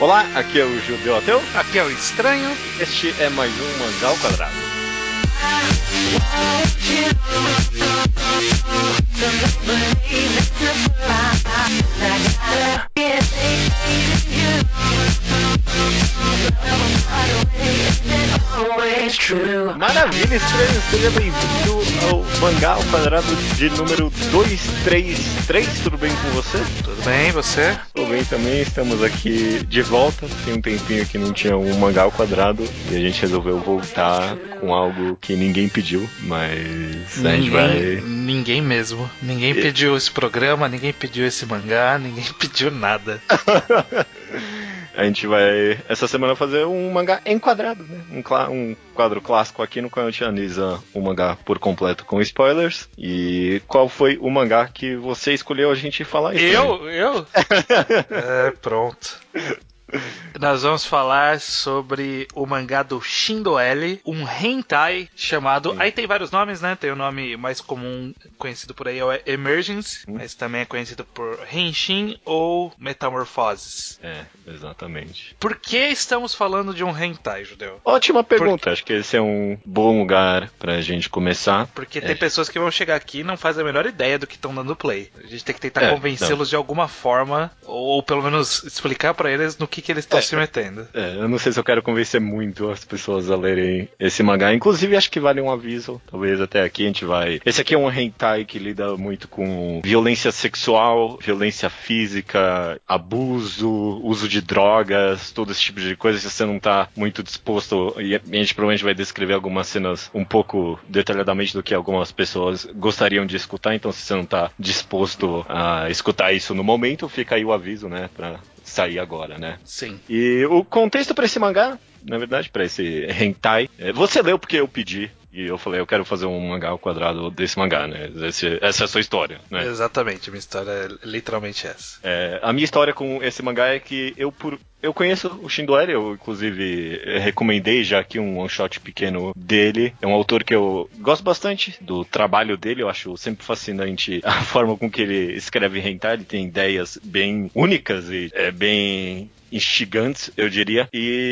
Olá, aqui é o Judeu Ateu. Aqui é o Estranho. Este é mais um Mangá ao Quadrado. Maravilha, Estranho, seja bem-vindo ao Mangá ao Quadrado de número 233. Tudo bem com você? Tudo bem, você? Tudo bem também, estamos aqui de volta. Tem um tempinho que não tinha um Mangá ao Quadrado e a gente resolveu voltar com algo que ninguém pediu, mas a gente vai... Ninguém mesmo. Ninguém pediu esse programa, ninguém pediu esse mangá, ninguém pediu nada. A gente vai, essa semana, fazer um mangá enquadrado, né? Um quadro clássico aqui no qual a gente analisa o mangá por completo com spoilers. E qual foi o mangá que você escolheu a gente falar isso? Eu? Pronto. Nós vamos falar sobre o mangá do Shindo L, um hentai chamado... Aí tem vários nomes, né? Tem o nome mais comum, conhecido por aí, é o Emergence, mas também é conhecido por Henshin ou Metamorphoses. É, exatamente. Por que estamos falando de um hentai, Judeu? Ótima pergunta, acho que esse é um bom lugar pra gente começar. Porque tem pessoas que vão chegar aqui e não fazem a menor ideia do que estão dando play. A gente tem que tentar convencê-los de alguma forma, ou pelo menos explicar pra eles no que eles estão se metendo. Eu não sei se eu quero convencer muito as pessoas a lerem esse mangá. Inclusive, acho que vale um aviso. Talvez até aqui a gente vai... Esse aqui é um hentai que lida muito com violência sexual, violência física, abuso, uso de drogas, todo esse tipo de coisa. Se você não tá muito disposto... E a gente provavelmente vai descrever algumas cenas um pouco detalhadamente do que algumas pessoas gostariam de escutar. Então, se você não tá disposto a escutar isso no momento, fica aí o aviso, né? Pra sair agora, né? Sim. E o contexto pra esse mangá, na verdade, pra esse hentai, você leu porque eu pedi. E eu falei, eu quero fazer um mangá ao quadrado desse mangá, né? Essa é a sua história, né? Exatamente, minha história é literalmente essa. A minha história com esse mangá é que eu conheço o Shindo L, eu inclusive recomendei já aqui um one shot pequeno dele. É um autor que eu gosto bastante do trabalho dele, eu acho sempre fascinante a forma com que ele escreve hentai. Ele tem ideias bem únicas e bem instigantes, eu diria.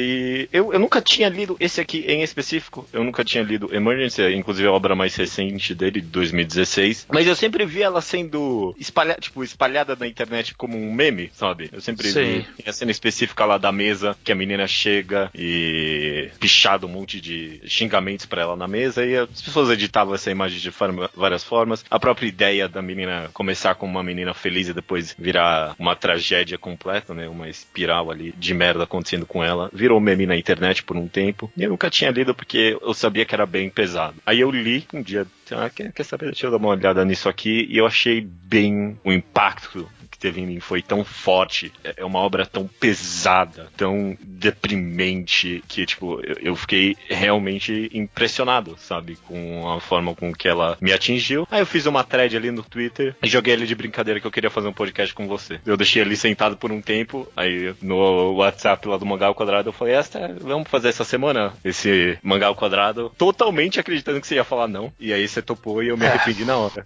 E eu nunca tinha lido esse aqui em específico, eu nunca tinha lido Emergence, inclusive a obra mais recente dele, de 2016. Mas eu sempre vi ela sendo espalhada na internet como um meme, sabe? Eu sempre vi a cena específica lá da mesa, que a menina chega e pichado um monte de xingamentos pra ela na mesa, e as pessoas editavam essa imagem de várias formas. A própria ideia da menina começar como uma menina feliz e depois virar uma tragédia completa, né? Uma espiral ali de merda acontecendo com ela. Virou meme na internet por um tempo. E eu nunca tinha lido porque eu sabia que era bem pesado. Aí eu li um dia, quer saber? Deixa eu dar uma olhada nisso aqui. E eu achei bem o impacto que teve em mim foi tão forte. É uma obra tão pesada, tão deprimente, que tipo, eu fiquei realmente impressionado, sabe? Com a forma com que ela me atingiu. Aí eu fiz uma thread ali no Twitter e joguei ali de brincadeira que eu queria fazer um podcast com você. Eu deixei ali sentado por um tempo, aí no WhatsApp lá do Mangá ao Quadrado eu falei, vamos fazer essa semana esse Mangá ao Quadrado, totalmente acreditando que você ia falar não, e aí você topou e eu me arrependi na hora.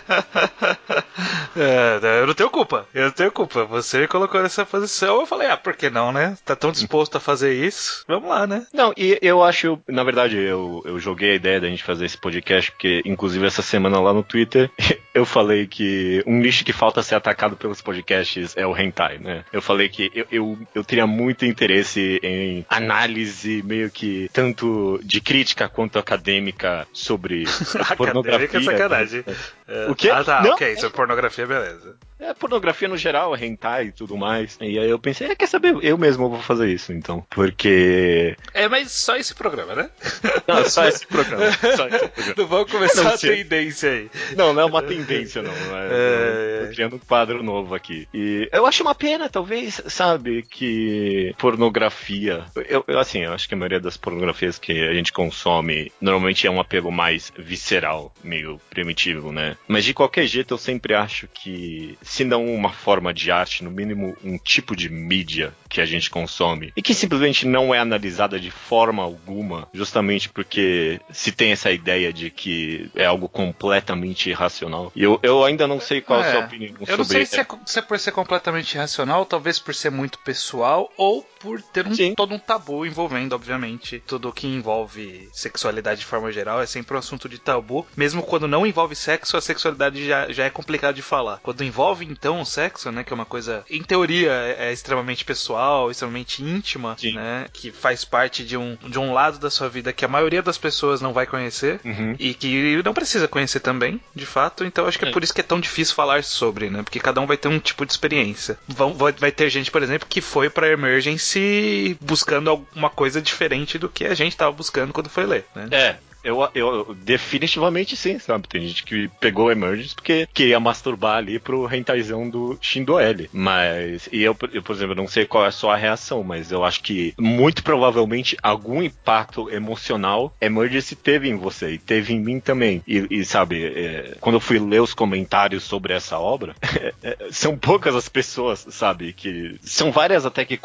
Eu não tenho culpa, você me colocou nessa posição, eu falei, por que não, né? Tá tão disposto a fazer isso, vamos lá, né? Não, e eu acho, na verdade, eu joguei a ideia da gente fazer esse podcast, porque inclusive essa semana lá no Twitter eu falei que um nicho que falta ser atacado pelos podcasts é o hentai, né? Eu falei que eu teria muito interesse em análise meio que tanto de crítica quanto acadêmica sobre pornografia. Acadêmica é sacanagem. O quê? Não? Ok, sobre pornografia, beleza. Pornografia no geral, hentai e tudo mais. E aí eu pensei, quer saber? Eu mesmo vou fazer isso, então. Porque... mas só esse programa, né? Não, só esse programa. Não vamos começar a tendência aí. Não é uma tendência, não. Eu tô criando um quadro novo aqui. E eu acho uma pena, talvez, sabe, que pornografia... Eu acho que a maioria das pornografias que a gente consome normalmente é um apelo mais visceral, meio primitivo, né? Mas de qualquer jeito eu sempre acho que, se não uma forma de arte, no mínimo um tipo de mídia que a gente consome e que simplesmente não é analisada de forma alguma, justamente porque se tem essa ideia de que é algo completamente irracional. E eu ainda não sei qual é a sua opinião sobre... Eu não sei se é por ser completamente irracional, talvez por ser muito pessoal, ou por ter todo um tabu envolvendo, obviamente, tudo que envolve sexualidade de forma geral é sempre um assunto de tabu. Mesmo quando não envolve sexo, a sexualidade já é complicado de falar. Quando envolve, então, o sexo, né, que é uma coisa, em teoria, é extremamente pessoal, extremamente íntima, né, que faz parte de um lado da sua vida que a maioria das pessoas não vai conhecer, e que não precisa conhecer também, de fato. Então acho que é por isso que é tão difícil falar sobre, né, porque cada um vai ter um tipo de experiência. Vai ter gente, por exemplo, que foi pra Emergency buscando alguma coisa diferente do que a gente tava buscando quando foi ler, né? Eu definitivamente sim, sabe? Tem gente que pegou o Emergence porque queria masturbar ali pro rentaizão do Shindo L. Mas, eu, por exemplo, não sei qual é a sua reação, mas eu acho que muito provavelmente algum impacto emocional Emergence teve em você e teve em mim também. E sabe, quando eu fui ler os comentários sobre essa obra, são poucas as pessoas, sabe? Que são várias até que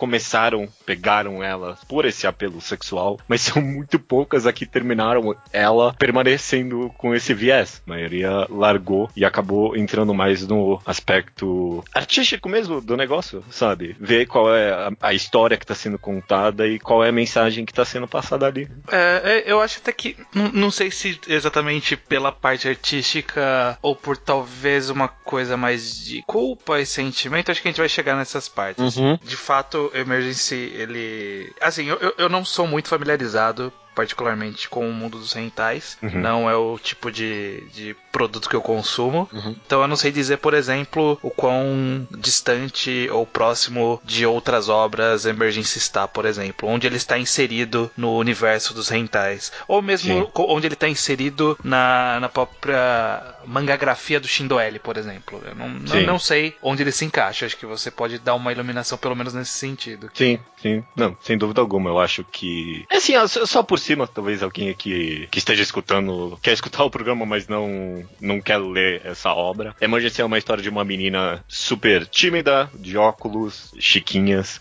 pegaram ela por esse apelo sexual, mas são muito poucas a que terminaram ela permanecendo com esse viés. A maioria largou e acabou entrando mais no aspecto artístico mesmo do negócio, sabe? Ver qual é a história que está sendo contada e qual é a mensagem que está sendo passada ali. Eu acho até que, não sei se exatamente pela parte artística ou por talvez uma coisa mais de culpa e sentimento, acho que a gente vai chegar nessas partes. De fato, Emergency, ele... Assim, eu não sou muito familiarizado particularmente com o mundo dos rentais. Não é o tipo de produto que eu consumo. Então eu não sei dizer, por exemplo, o quão distante ou próximo de outras obras Emergency está, por exemplo. Onde ele está inserido no universo dos rentais. Ou mesmo onde ele está inserido na própria mangagrafia do Shindo L, por exemplo. Eu não sei onde ele se encaixa. Acho que você pode dar uma iluminação pelo menos nesse sentido. Sim. Não, sem dúvida alguma. Eu acho que... Assim, só por cima, talvez alguém aqui que esteja escutando, quer escutar o programa, mas não quer ler essa obra. Emergency é uma história de uma menina super tímida, de óculos, chiquinhas,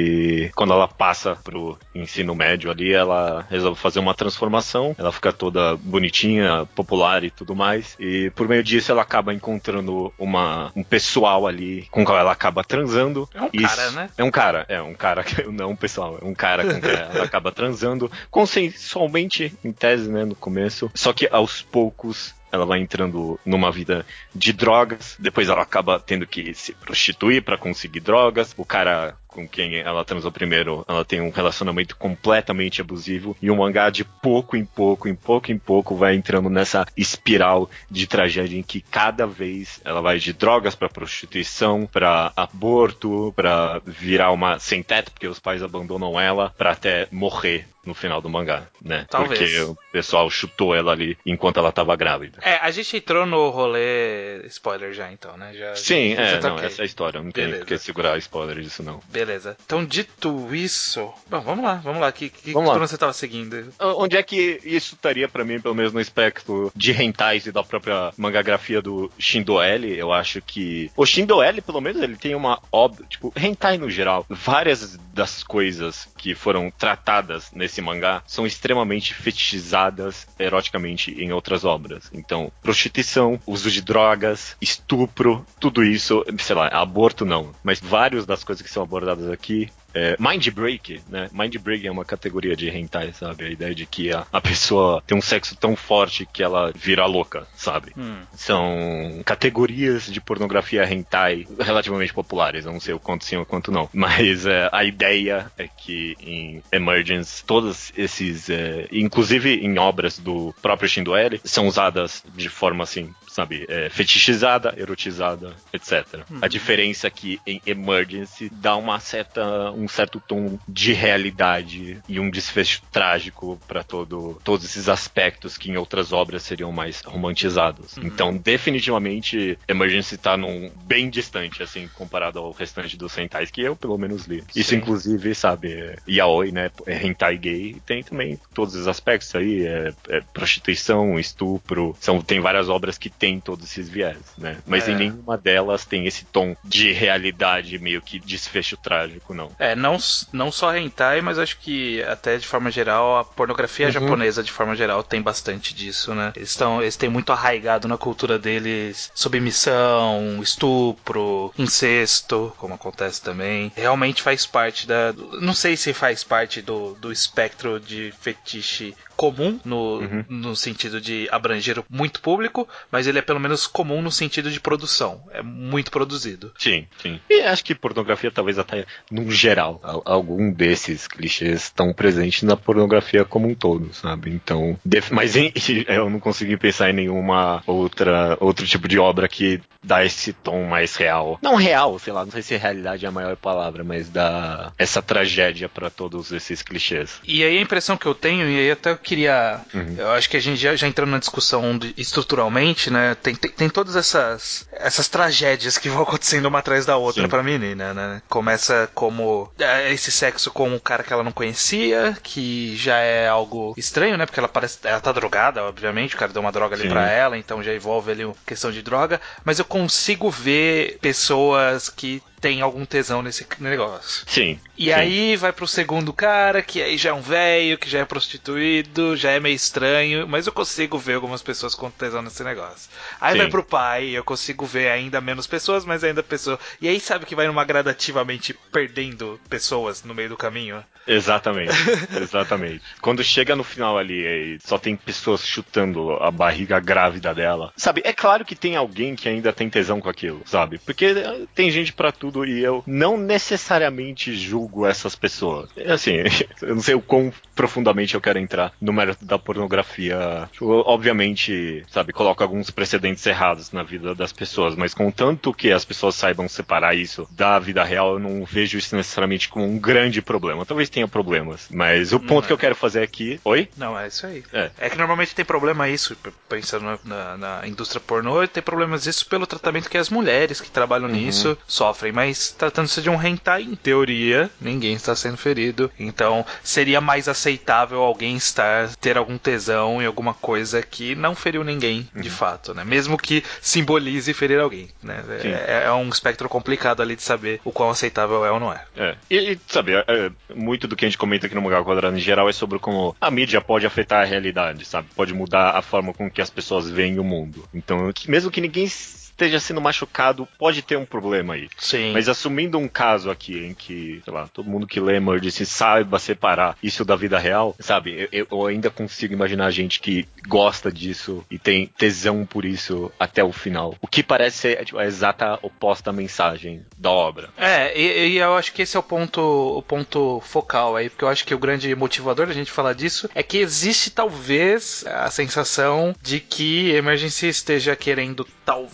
e quando ela passa pro ensino médio ali, ela resolve fazer uma transformação, ela fica toda bonitinha, popular e tudo mais, e por meio disso ela acaba encontrando um pessoal ali com o qual ela acaba transando. É um cara, né? É um cara, não um pessoal, é um cara com quem ela acaba transando, consensualmente, em tese, né, no começo, só que aos poucos ela vai entrando numa vida de drogas, depois ela acaba tendo que se prostituir pra conseguir drogas, o cara com quem ela transou primeiro, ela tem um relacionamento completamente abusivo, e o mangá de pouco em pouco vai entrando nessa espiral de tragédia em que cada vez ela vai de drogas pra prostituição, pra aborto, pra virar uma sem teto, porque os pais abandonam ela, pra até morrer no final do mangá, né? Talvez. Porque o pessoal chutou ela ali enquanto ela tava grávida. A gente entrou no rolê spoiler já, então, né? Sim, okay. Essa é a história, não tem por que segurar spoiler disso, não. Beleza. Então, dito isso... Bom, vamos lá. Que você tava seguindo? Onde é que isso estaria pra mim, pelo menos no espectro de rentais e da própria mangagrafia do Shindo L? Eu acho que... O Shindo L, pelo menos, ele tem uma obra... Tipo, rentai no geral. Várias das coisas que foram tratadas nesse mangá são extremamente fetichizadas eroticamente em outras obras. Então, prostituição, uso de drogas, estupro, tudo isso, sei lá, aborto não, mas várias das coisas que são abordadas aqui. Mind Break, né? Mind Break é uma categoria de hentai, sabe? A ideia de que a pessoa tem um sexo tão forte que ela vira louca, sabe? São categorias de pornografia hentai relativamente populares, eu não sei o quanto sim ou quanto não, mas a ideia é que em Emergence, todos esses, inclusive em obras do próprio Shindo L, são usadas de forma assim, sabe, fetichizada, erotizada, etc. A diferença é que em Emergency dá um certo tom de realidade e um desfecho trágico para todos esses aspectos que em outras obras seriam mais romantizados. Então, definitivamente, Emergency tá bem distante, assim, comparado ao restante dos hentais que eu, pelo menos, li. Sim. Isso, inclusive, sabe, yaoi, né, hentai gay, tem também todos os aspectos aí, prostituição, estupro, tem várias obras que tem todos esses viés, né? Mas em nenhuma delas tem esse tom de realidade meio que desfecho trágico, não. Não só hentai, mas acho que até de forma geral, a pornografia japonesa de forma geral tem bastante disso, né? Eles têm muito arraigado na cultura deles submissão, estupro, incesto, como acontece também. Realmente faz parte não sei se faz parte do espectro de fetiche comum no sentido de abranger muito público, mas ele é pelo menos comum no sentido de produção. É muito produzido. Sim. E acho que pornografia talvez até, num geral, algum desses clichês estão presentes na pornografia como um todo, sabe? Então, mas eu não consegui pensar em nenhuma outro tipo de obra que dá esse tom mais real. Não real, sei lá, não sei se realidade é a maior palavra, mas dá essa tragédia pra todos esses clichês. E aí a impressão que eu tenho, e aí até eu queria... Eu acho que a gente já entrando na discussão estruturalmente, né? Tem todas essas tragédias que vão acontecendo uma atrás da outra pra menina, né? Começa como esse sexo com um cara que ela não conhecia, que já é algo estranho, né? Porque ela tá drogada, obviamente, o cara deu uma droga ali pra ela, então já envolve ali uma questão de droga, mas eu consigo ver pessoas que tem algum tesão nesse negócio. Sim. E aí vai pro segundo cara, que aí já é um velho, que já é prostituído, já é meio estranho, mas eu consigo ver algumas pessoas com tesão nesse negócio. Aí vai pro pai, eu consigo ver ainda menos pessoas, mas ainda pessoas. E aí sabe que vai numa gradativamente perdendo pessoas no meio do caminho? Exatamente. Quando chega no final ali, só tem pessoas chutando a barriga grávida dela. Sabe, é claro que tem alguém que ainda tem tesão com aquilo, sabe? Porque tem gente pra tudo e eu não necessariamente julgo essas pessoas. Assim, eu não sei o quão profundamente eu quero entrar no mérito da pornografia. Obviamente, sabe, coloca alguns precedentes errados na vida das pessoas, mas contanto que as pessoas saibam separar isso da vida real, eu não vejo isso necessariamente como um grande problema. Talvez tenha problemas, mas o ponto que eu quero fazer aqui... Oi? Não, é isso aí. É que normalmente tem problema isso, pensando na indústria pornô, tem problemas isso pelo tratamento que as mulheres que trabalham nisso sofrem, mas tratando-se de um hentai, em teoria, ninguém está sendo ferido, então seria mais aceitável alguém ter algum tesão em alguma coisa que não feriu ninguém, de fato, né? Mesmo que simbolize ferir alguém, né? É um espectro complicado ali de saber o quão aceitável é ou não é. E sabe, muito do que a gente comenta aqui no Mangá Quadrado em geral é sobre como a mídia pode afetar a realidade, sabe? Pode mudar a forma com que as pessoas veem o mundo. Então, mesmo que ninguém esteja sendo machucado, pode ter um problema aí. Sim. Mas assumindo um caso aqui em que, sei lá, todo mundo que lê Emergency saiba separar isso da vida real, sabe? Eu ainda consigo imaginar gente que gosta disso e tem tesão por isso até o final. O que parece ser a exata oposta mensagem da obra. E eu acho que esse é o ponto focal aí, porque eu acho que o grande motivador da gente falar disso é que existe talvez a sensação de que Emergency esteja querendo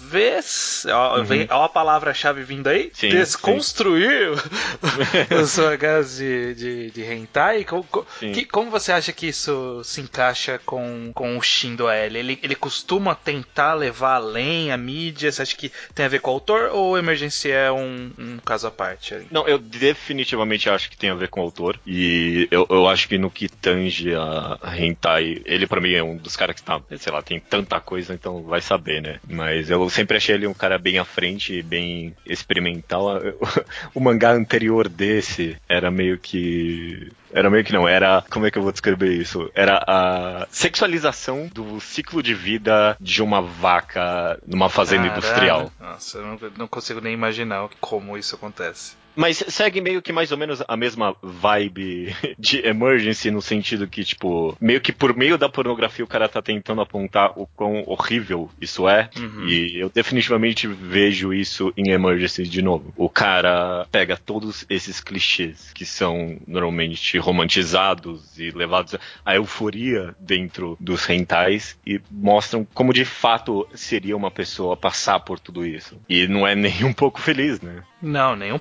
olha a palavra-chave vindo aí, desconstruir os mangás de hentai. Como você acha que isso se encaixa com o Shindo L? Ele costuma tentar levar além a mídia? Você acha que tem a ver com o autor ou Emergency é um caso à parte? Não, eu definitivamente acho que tem a ver com o autor, e eu acho que no que tange a hentai, ele pra mim é um dos caras que tá, sei lá, tem tanta coisa, então vai saber, né? Mas eu sempre achei ele um cara bem à frente, bem experimental. O mangá anterior desse era meio que não, era... Como é que eu vou descrever isso? Era a sexualização do ciclo de vida de uma vaca numa fazenda industrial. Nossa, eu não consigo nem imaginar como isso acontece. Mas segue meio que mais ou menos a mesma vibe de Emergency, no sentido que, tipo, meio que por meio da pornografia o cara tá tentando apontar o quão horrível isso é. E eu definitivamente vejo isso em Emergency de novo. O cara pega todos esses clichês que são normalmente romantizados e levados à euforia dentro dos hentais e mostram como de fato seria uma pessoa passar por tudo isso. E não é nem um pouco feliz, né? Não, nem um pouco.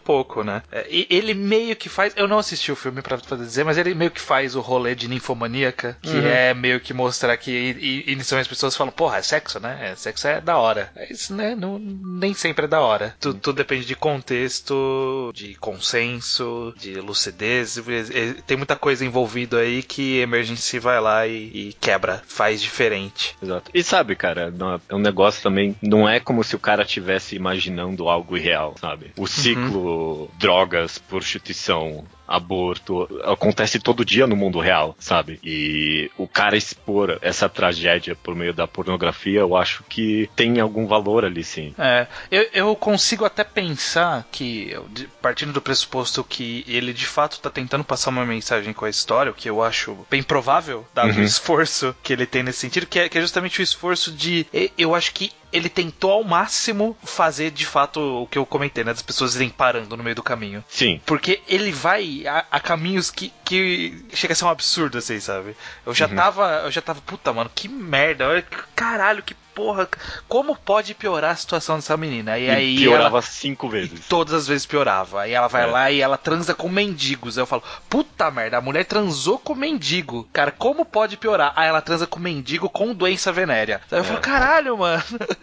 né? E ele meio que faz... Eu não assisti o filme pra dizer, mas ele meio que faz o rolê de ninfomaníaca, que é meio que mostrar que inicialmente as pessoas falam, porra, é sexo, né? Sexo é da hora. Isso, né? Nem sempre é da hora. Tudo depende de contexto, de consenso, de lucidez. Tem muita coisa envolvida aí que Emergency vai lá e quebra, faz diferente. Exato. E sabe, cara, é um negócio também, não é como se o cara estivesse imaginando algo irreal, sabe? O ciclo drogas, prostituição, aborto, acontece todo dia no mundo real, sabe? E o cara expor essa tragédia por meio da pornografia, eu acho que tem algum valor ali, sim. Eu consigo até pensar que, partindo do pressuposto que ele de fato tá tentando passar uma mensagem com a história, o que eu acho bem provável, dado o esforço que ele tem nesse sentido, que é justamente o esforço de... Eu acho que ele tentou ao máximo fazer de fato o que eu comentei, né? Das pessoas irem parando no meio do caminho. Sim. Porque ele vai a caminhos que chega a ser um absurdo, assim, sabe? Eu já tava, puta, mano, que merda, olha, caralho, que porra, como pode piorar a situação dessa menina? E aí piorava 5 vezes. Todas as vezes piorava. Aí ela vai lá e ela transa com mendigos. Aí eu falo, puta merda, a mulher transou com mendigo. Cara, como pode piorar? Aí ela transa com mendigo com doença venérea. Aí eu falo, caralho, mano.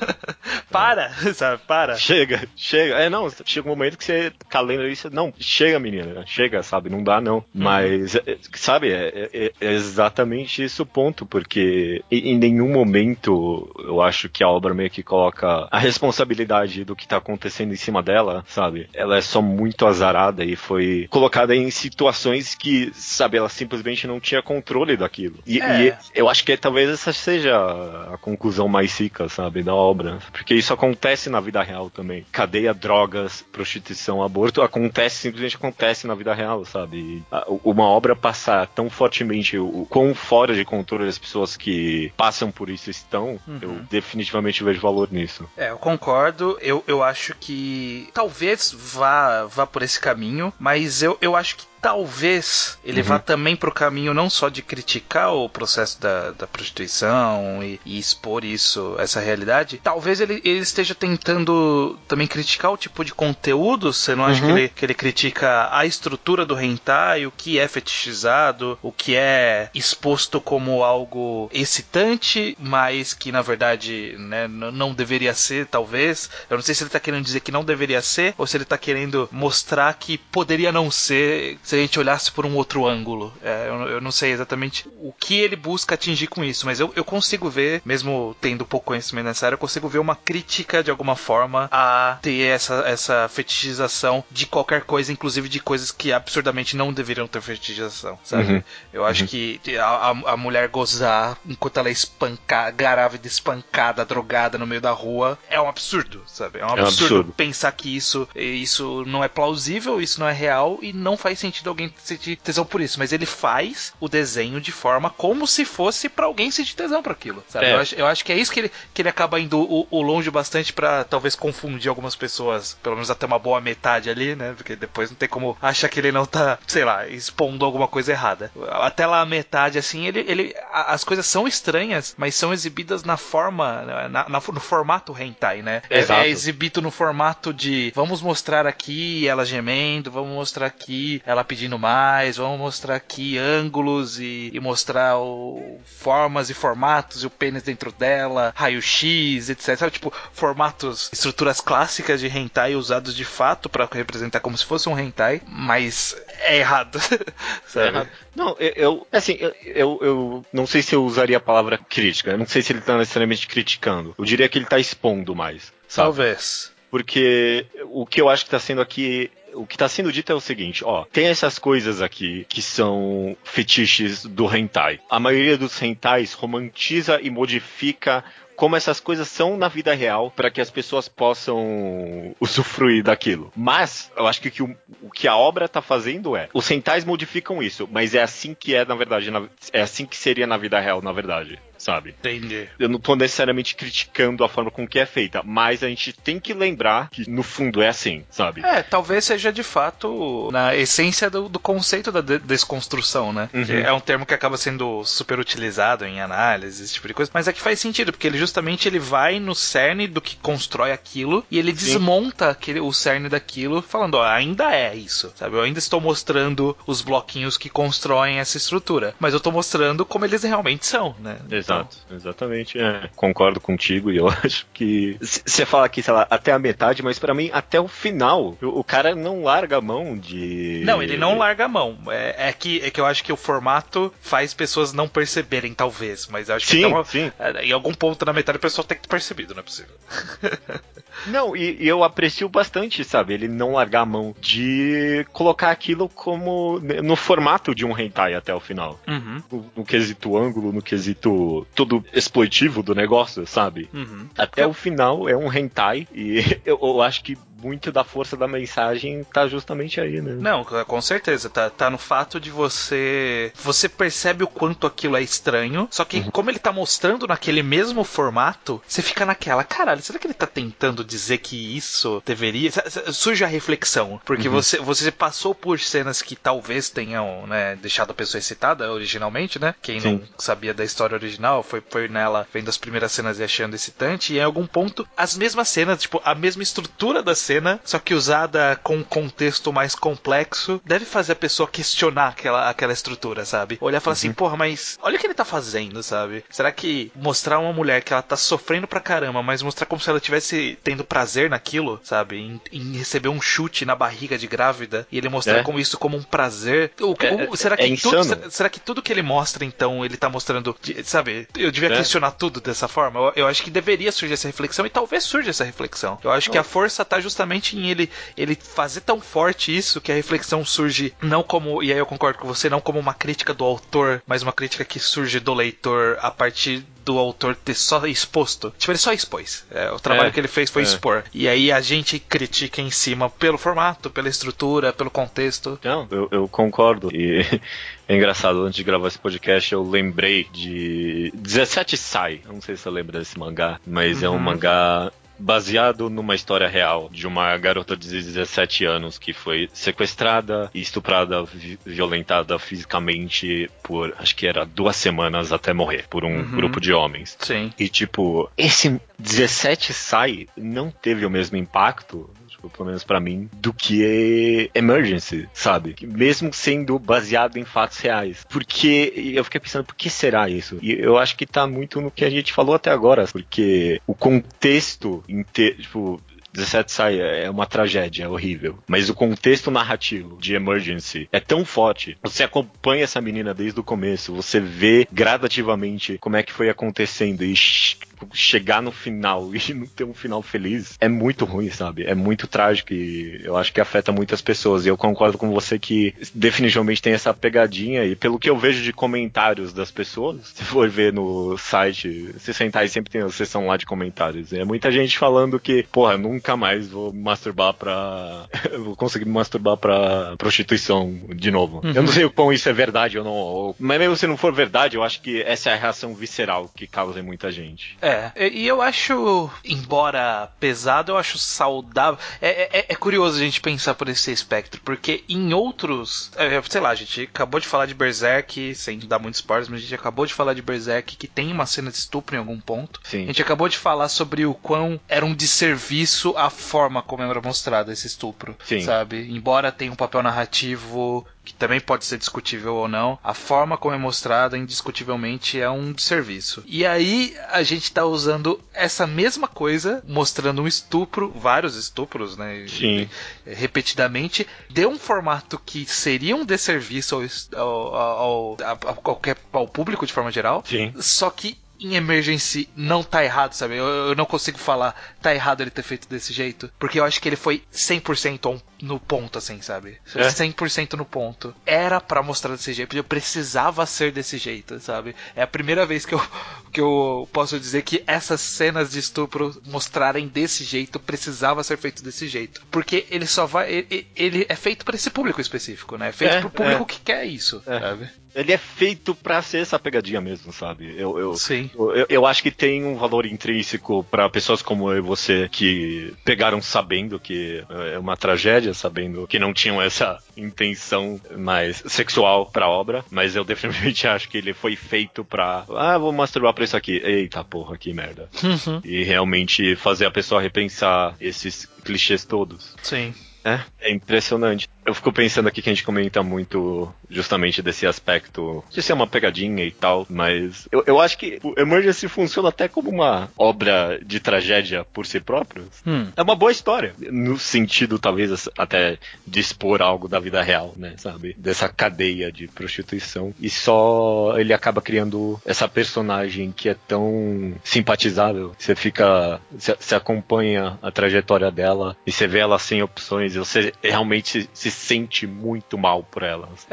Para, sabe? Para. Chega. Não, chega um momento que você tá lendo isso. Não, chega, menina. Chega, sabe? Não dá, não. Mas, sabe, é exatamente esse o ponto, porque em nenhum momento eu acho que a obra meio que coloca a responsabilidade do que tá acontecendo em cima dela, sabe? Ela é só muito azarada e foi colocada em situações que, sabe, ela simplesmente não tinha controle daquilo. E eu acho que talvez essa seja a conclusão mais rica, sabe, da obra. Porque isso acontece na vida real também. Cadeia, drogas, prostituição, aborto, simplesmente acontece na vida real, sabe? E uma obra passar tão fortemente o quão fora de controle as pessoas que passam por isso estão, eu definitivamente vejo valor nisso. Eu concordo. Eu acho que talvez vá por esse caminho, mas eu acho que talvez ele vá também pro caminho não só de criticar o processo da prostituição e expor essa realidade. Talvez ele esteja tentando também criticar o tipo de conteúdo. Você não acha que ele critica a estrutura do hentai, o que é fetichizado, o que é exposto como algo excitante, mas que na verdade, né, não deveria ser, talvez. Eu não sei se ele tá querendo dizer que não deveria ser, ou se ele tá querendo mostrar que poderia não ser se a gente olhasse por um outro ângulo. Eu não sei exatamente o que ele busca atingir com isso, mas eu consigo ver, mesmo tendo pouco conhecimento nessa área, eu consigo ver uma crítica de alguma forma a ter essa fetichização de qualquer coisa, inclusive de coisas que absurdamente não deveriam ter fetichização, sabe? Eu acho que a mulher gozar enquanto ela é grávida, espancada, drogada no meio da rua, é um absurdo, sabe? É um absurdo pensar que isso não é plausível, isso não é real e não faz sentido alguém sentir tesão por isso, mas ele faz o desenho de forma como se fosse pra alguém sentir tesão por aquilo, sabe? Eu acho que é isso que ele acaba indo o longe bastante pra talvez confundir algumas pessoas, pelo menos até uma boa metade ali, né? Porque depois não tem como achar que ele não tá, sei lá, expondo alguma coisa errada. Até lá a metade, assim, as coisas são estranhas, mas são exibidas na forma, no formato hentai, né? É exibido no formato de vamos mostrar aqui ela gemendo, vamos mostrar aqui ela pedindo mais, vamos mostrar aqui ângulos e mostrar formas e formatos e o pênis dentro dela, raio-x, etc. Sabe, tipo, formatos, estruturas clássicas de hentai usados de fato pra representar como se fosse um hentai, mas é errado. Sabe? É errado. Não, eu não sei se eu usaria a palavra crítica, eu não sei se ele tá necessariamente criticando, eu diria que ele tá expondo mais, sabe? Talvez. Porque o que eu acho que tá sendo aqui, o que tá sendo dito é o seguinte, tem essas coisas aqui que são fetiches do hentai. A maioria dos hentais romantiza e modifica como essas coisas são na vida real para que as pessoas possam usufruir daquilo. Mas eu acho que o que a obra tá fazendo os hentais modificam isso, mas é assim que é na verdade, é assim que seria na vida real, na verdade. sabe? Entendi. Eu não tô necessariamente criticando a forma com que é feita, mas a gente tem que lembrar que no fundo é assim, sabe? Talvez seja de fato na essência do conceito da desconstrução, né? Que é um termo que acaba sendo super utilizado em análise, esse tipo de coisa, mas é que faz sentido, porque ele justamente ele vai no cerne do que constrói aquilo e ele desmonta o cerne daquilo, falando, ó, ainda é isso, sabe? Eu ainda estou mostrando os bloquinhos que constroem essa estrutura, mas eu tô mostrando como eles realmente são, né? Exato, exatamente. Concordo contigo e eu acho que você fala aqui, sei lá, até a metade, mas pra mim, até o final, o cara não larga a mão de... Não, ele não larga a mão. É que eu acho que o formato faz pessoas não perceberem, talvez, mas eu acho que em algum ponto na metade o pessoal tem que ter percebido, não é possível. Não, e eu aprecio bastante, sabe, ele não largar a mão de colocar aquilo como no formato de um hentai até o final. No quesito ângulo, no quesito todo exploitivo do negócio, sabe? Até o final é um hentai e eu acho que muito da força da mensagem tá justamente aí, né? Não, com certeza. Tá no fato de você percebe o quanto aquilo é estranho, só que como ele tá mostrando naquele mesmo formato, você fica naquela, caralho, será que ele tá tentando dizer que isso deveria... Surge a reflexão, porque você passou por cenas que talvez tenham, né, deixado a pessoa excitada originalmente, né? Quem não sabia da história original foi nela vendo as primeiras cenas e achando excitante, e em algum ponto as mesmas cenas, tipo, a mesma estrutura da cena, só que usada com um contexto mais complexo, deve fazer a pessoa questionar aquela estrutura, sabe? Olhar e falar assim, porra, mas olha o que ele tá fazendo, sabe? Será que mostrar uma mulher que ela tá sofrendo pra caramba, mas mostrar como se ela estivesse tendo prazer naquilo, sabe? Em receber um chute na barriga de grávida, e ele mostrar como isso como um prazer. Será que tudo que ele mostra, então, ele tá mostrando, sabe? Eu devia questionar tudo dessa forma? Eu acho que deveria surgir essa reflexão, e talvez surja essa reflexão. Eu acho que a força tá justamente em ele fazer tão forte isso que a reflexão surge não como, e aí eu concordo com você, não como uma crítica do autor, mas uma crítica que surge do leitor a partir do autor ter só exposto. Tipo, ele só expôs. O trabalho que ele fez foi expor. E aí a gente critica em cima pelo formato, pela estrutura, pelo contexto. Não, eu concordo. E é engraçado, antes de gravar esse podcast, eu lembrei de 17 Sai. Eu não sei se você lembra desse mangá, mas é um mangá baseado numa história real de uma garota de 17 anos que foi sequestrada e estuprada, violentada fisicamente por, acho que era 2 semanas até morrer, por um grupo de homens. Sim. E tipo, esse 17 Sai não teve o mesmo impacto, pelo menos pra mim, do que Emergency, sabe? Mesmo sendo baseado em fatos reais. Porque eu fiquei pensando, por que será isso? E eu acho que tá muito no que a gente falou até agora, porque o contexto inteiro, tipo, 17 Sai é uma tragédia, é horrível. Mas o contexto narrativo de Emergency é tão forte. Você acompanha essa menina desde o começo, você vê gradativamente como é que foi acontecendo e chegar no final e não ter um final feliz é muito ruim, sabe? É muito trágico e eu acho que afeta muitas pessoas. E eu concordo com você que definitivamente tem essa pegadinha e pelo que eu vejo de comentários das pessoas, se for ver no site, se sentar aí sempre tem a seção lá de comentários. É muita gente falando que, porra, nunca mais vou masturbar pra... vou conseguir me masturbar pra prostituição de novo. Eu não sei o quão isso é verdade ou não, mas mesmo se não for verdade, eu acho que essa é a reação visceral que causa em muita gente. E eu acho, embora pesado, eu acho saudável. É curioso a gente pensar por esse espectro, porque em outros, sei lá, a gente acabou de falar de Berserk, sem dar muitos spoilers, mas a gente acabou de falar de Berserk, que tem uma cena de estupro em algum ponto. Sim. A gente acabou de falar sobre o quão era um desserviço a forma como era mostrado esse estupro, sabe? Embora tenha um papel narrativo que também pode ser discutível ou não, a forma como é mostrada indiscutivelmente é um desserviço. E aí a gente tá usando essa mesma coisa, mostrando um estupro, vários estupros, né? Sim. Repetidamente, de um formato que seria um desserviço ao público de forma geral. Sim. Só que em Emergency não tá errado, sabe? Eu não consigo falar, tá errado ele ter feito desse jeito, porque eu acho que ele foi 100% no ponto, assim, sabe? 100% no ponto. Era pra mostrar desse jeito, eu precisava ser desse jeito, sabe? É a primeira vez que que eu posso dizer que essas cenas de estupro mostrarem desse jeito, precisava ser feito desse jeito. Porque ele só vai... Ele é feito para esse público específico, né? É feito pro público que quer isso, sabe? Ele é feito pra ser essa pegadinha mesmo, sabe? Sim. Eu acho que tem um valor intrínseco pra pessoas como eu e você que pegaram sabendo que é uma tragédia, sabendo que não tinham essa intenção mais sexual pra obra, mas eu definitivamente acho que ele foi feito pra... vou masturbar pra isso aqui. Eita porra, que merda. E realmente fazer a pessoa repensar esses clichês todos. Sim. É impressionante. Eu fico pensando aqui que a gente comenta muito justamente desse aspecto de ser uma pegadinha e tal, mas eu acho que o Emergency funciona até como uma obra de tragédia por si próprio. É uma boa história, no sentido talvez até de expor algo da vida real, né, sabe? Dessa cadeia de prostituição. E só ele acaba criando essa personagem que é tão simpatizável. Você fica... Você acompanha a trajetória dela e você vê ela sem opções e você realmente se sente muito mal por elas.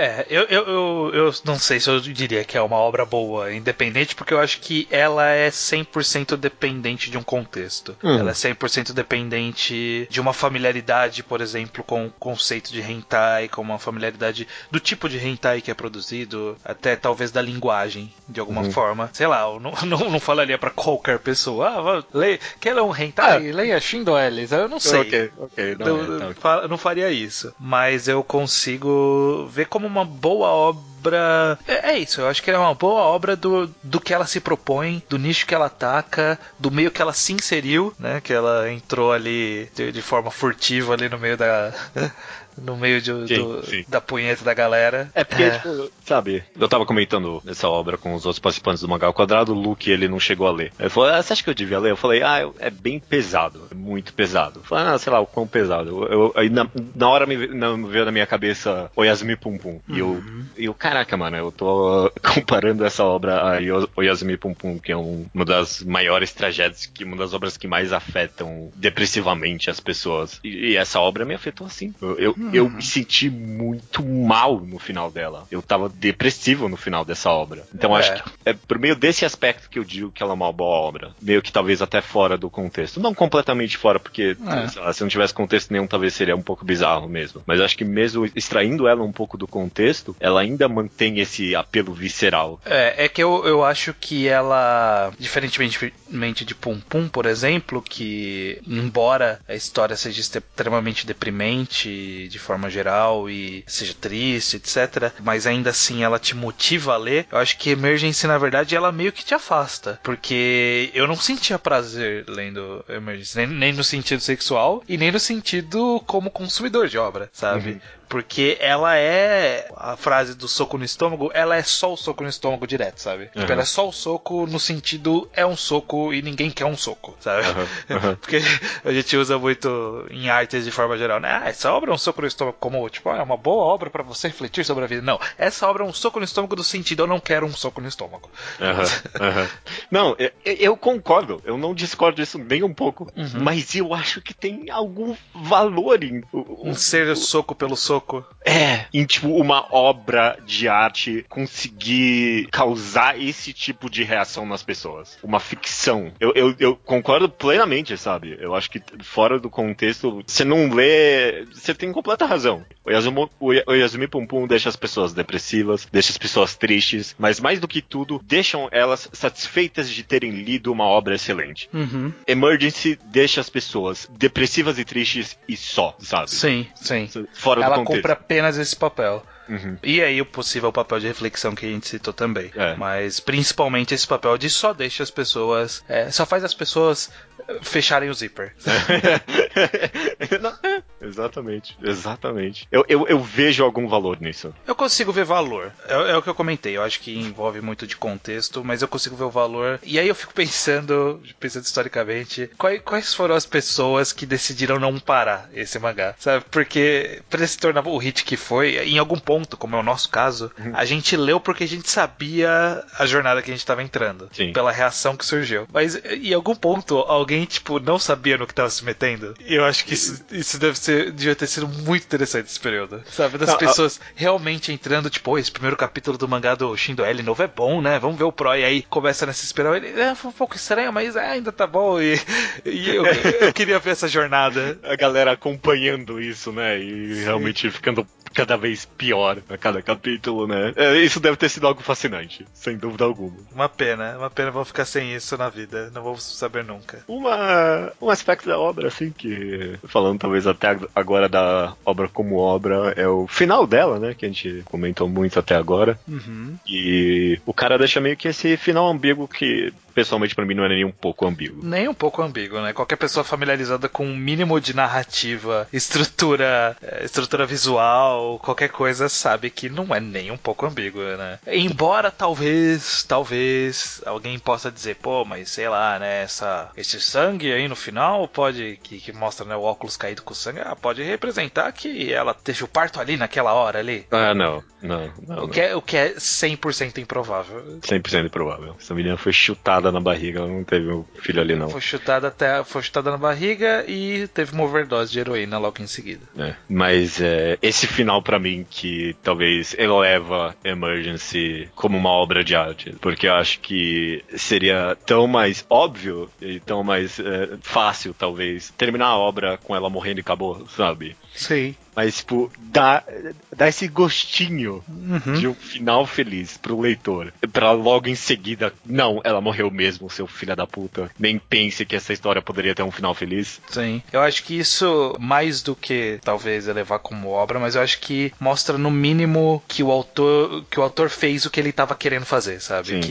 Eu não sei se eu diria que é uma obra boa, independente, porque eu acho que ela é 100% dependente de um contexto. Ela é 100% dependente de uma familiaridade, por exemplo, com o conceito de hentai, com uma familiaridade do tipo de hentai que é produzido, até talvez da linguagem, de alguma forma. Sei lá, eu não falaria pra qualquer pessoa, quer ler um hentai? Leia Shindo Ellis. Eu não sei. Ok. Não faria isso. Mas eu consigo ver como uma boa obra. É isso, eu acho que é uma boa obra do que ela se propõe, do nicho que ela ataca, do meio que ela se inseriu, né? Que ela entrou ali de forma furtiva ali no meio da. No meio sim. Da punheta da galera. É porque, tipo, sabe, eu tava comentando essa obra com os outros participantes do Mangá ao Quadrado, o Luke, ele não chegou a ler. Ele falou, você acha que eu devia ler? Eu falei, é bem pesado, é muito pesado. Eu falei, sei lá, o quão pesado. Aí na hora me veio na minha cabeça Oyasumi Pum Pum. E eu, caraca, mano, eu tô comparando essa obra a Oyasumi Pum Pum, que é uma das maiores tragédias, uma das obras que mais afetam depressivamente as pessoas. E essa obra me afetou assim. Eu me senti muito mal no final dela. Eu tava depressivo no final dessa obra. Então acho que é por meio desse aspecto que eu digo que ela é uma boa obra. Meio que talvez até fora do contexto. Não completamente fora, porque sei lá, se não tivesse contexto nenhum, talvez seria um pouco bizarro mesmo. Mas acho que mesmo extraindo ela um pouco do contexto, ela ainda mantém esse apelo visceral. É que eu acho que ela, diferentemente de Pum Pum, por exemplo, que embora a história seja extremamente deprimente de forma geral e seja triste, etc. Mas ainda assim ela te motiva a ler. Eu acho que Emergency, na verdade, ela meio que te afasta. Porque eu não sentia prazer lendo Emergency. Nem no sentido sexual e nem no sentido como consumidor de obra, sabe? Porque ela é... A frase do soco no estômago, ela é só o soco no estômago direto, sabe? Tipo, ela é só o soco no sentido... É um soco e ninguém quer um soco, sabe? Porque a gente usa muito em artes de forma geral, né? Essa obra é um soco no estômago como, tipo, é uma boa obra pra você refletir sobre a vida. Não, essa obra é um soco no estômago do sentido eu não quero um soco no estômago. Não, eu concordo. Eu não discordo disso nem um pouco. Mas eu acho que tem algum valor em... ser soco pelo soco. Em tipo uma obra de arte conseguir causar esse tipo de reação nas pessoas. Uma ficção. Eu concordo plenamente, sabe? Eu acho que fora do contexto, você não lê... Você tem completa razão. O Yasumi Pum Pum deixa as pessoas depressivas, deixa as pessoas tristes, mas mais do que tudo, deixam elas satisfeitas de terem lido uma obra excelente. Emergency deixa as pessoas depressivas e tristes e só, sabe? Sim. Fora do contexto. Cumpre apenas esse papel. E aí o possível papel de reflexão que a gente citou também. Mas principalmente esse papel de só deixa as pessoas... só faz as pessoas fecharem o zíper. Exatamente. Eu vejo algum valor nisso. Eu consigo ver valor. É o que eu comentei. Eu acho que envolve muito de contexto, mas eu consigo ver o valor. E aí eu fico pensando historicamente, quais foram as pessoas que decidiram não parar esse mangá, sabe? Porque pra ele se tornar o hit que foi, em algum ponto, como é o nosso caso, a gente leu porque a gente sabia a jornada que a gente tava entrando. Sim. Pela reação que surgiu. Mas em alguém, tipo, não sabia no que tava se metendo. E eu acho que isso deve ser devia ter sido muito interessante esse período. Sabe? Das pessoas realmente entrando, tipo, esse primeiro capítulo do mangá do Shindo L novo é bom, né? Vamos ver o Pro. E aí começa nessa espiral. Ele foi um pouco estranho, mas ainda tá bom. E eu queria ver essa jornada. A galera acompanhando isso, né? E Sim. realmente ficando cada vez pior a cada capítulo, né? Isso deve ter sido algo fascinante, sem dúvida alguma. Uma pena vão ficar sem isso na vida. Não vamos saber nunca. Um aspecto da obra, assim, que falando talvez até agora da obra como obra, é o final dela, né? Que a gente comentou muito até agora. Uhum. E o cara deixa meio que esse final ambíguo que, pessoalmente, pra mim, não é nem um pouco ambíguo. Nem um pouco ambíguo, né? Qualquer pessoa familiarizada com um mínimo de narrativa, estrutura visual, qualquer coisa, sabe que não é nem um pouco ambíguo, né? Embora talvez alguém possa dizer, pô, mas sei lá, né? Esse sangue aí no final pode, que mostra, né, o óculos caído com sangue, pode representar que ela teve o parto ali naquela hora ali. Não. O que é 100% improvável. 100% improvável. Essa menina foi chutada na barriga, ela não teve um filho ali, não. Foi chutada na barriga e teve uma overdose de heroína logo em seguida. Mas esse final pra mim que talvez eleva Emergency como uma obra de arte, porque eu acho que seria tão mais óbvio e tão mais fácil, talvez, terminar a obra com ela morrendo e acabou, sabe? Sim. Mas, tipo, dá esse gostinho de um final feliz pro leitor. Pra logo em seguida, não, ela morreu mesmo, seu filho da puta. Nem pense que essa história poderia ter um final feliz. Sim. Eu acho que isso, mais do que talvez elevar como obra, mas eu acho que mostra no mínimo que o autor fez o que ele estava querendo fazer, sabe? Sim,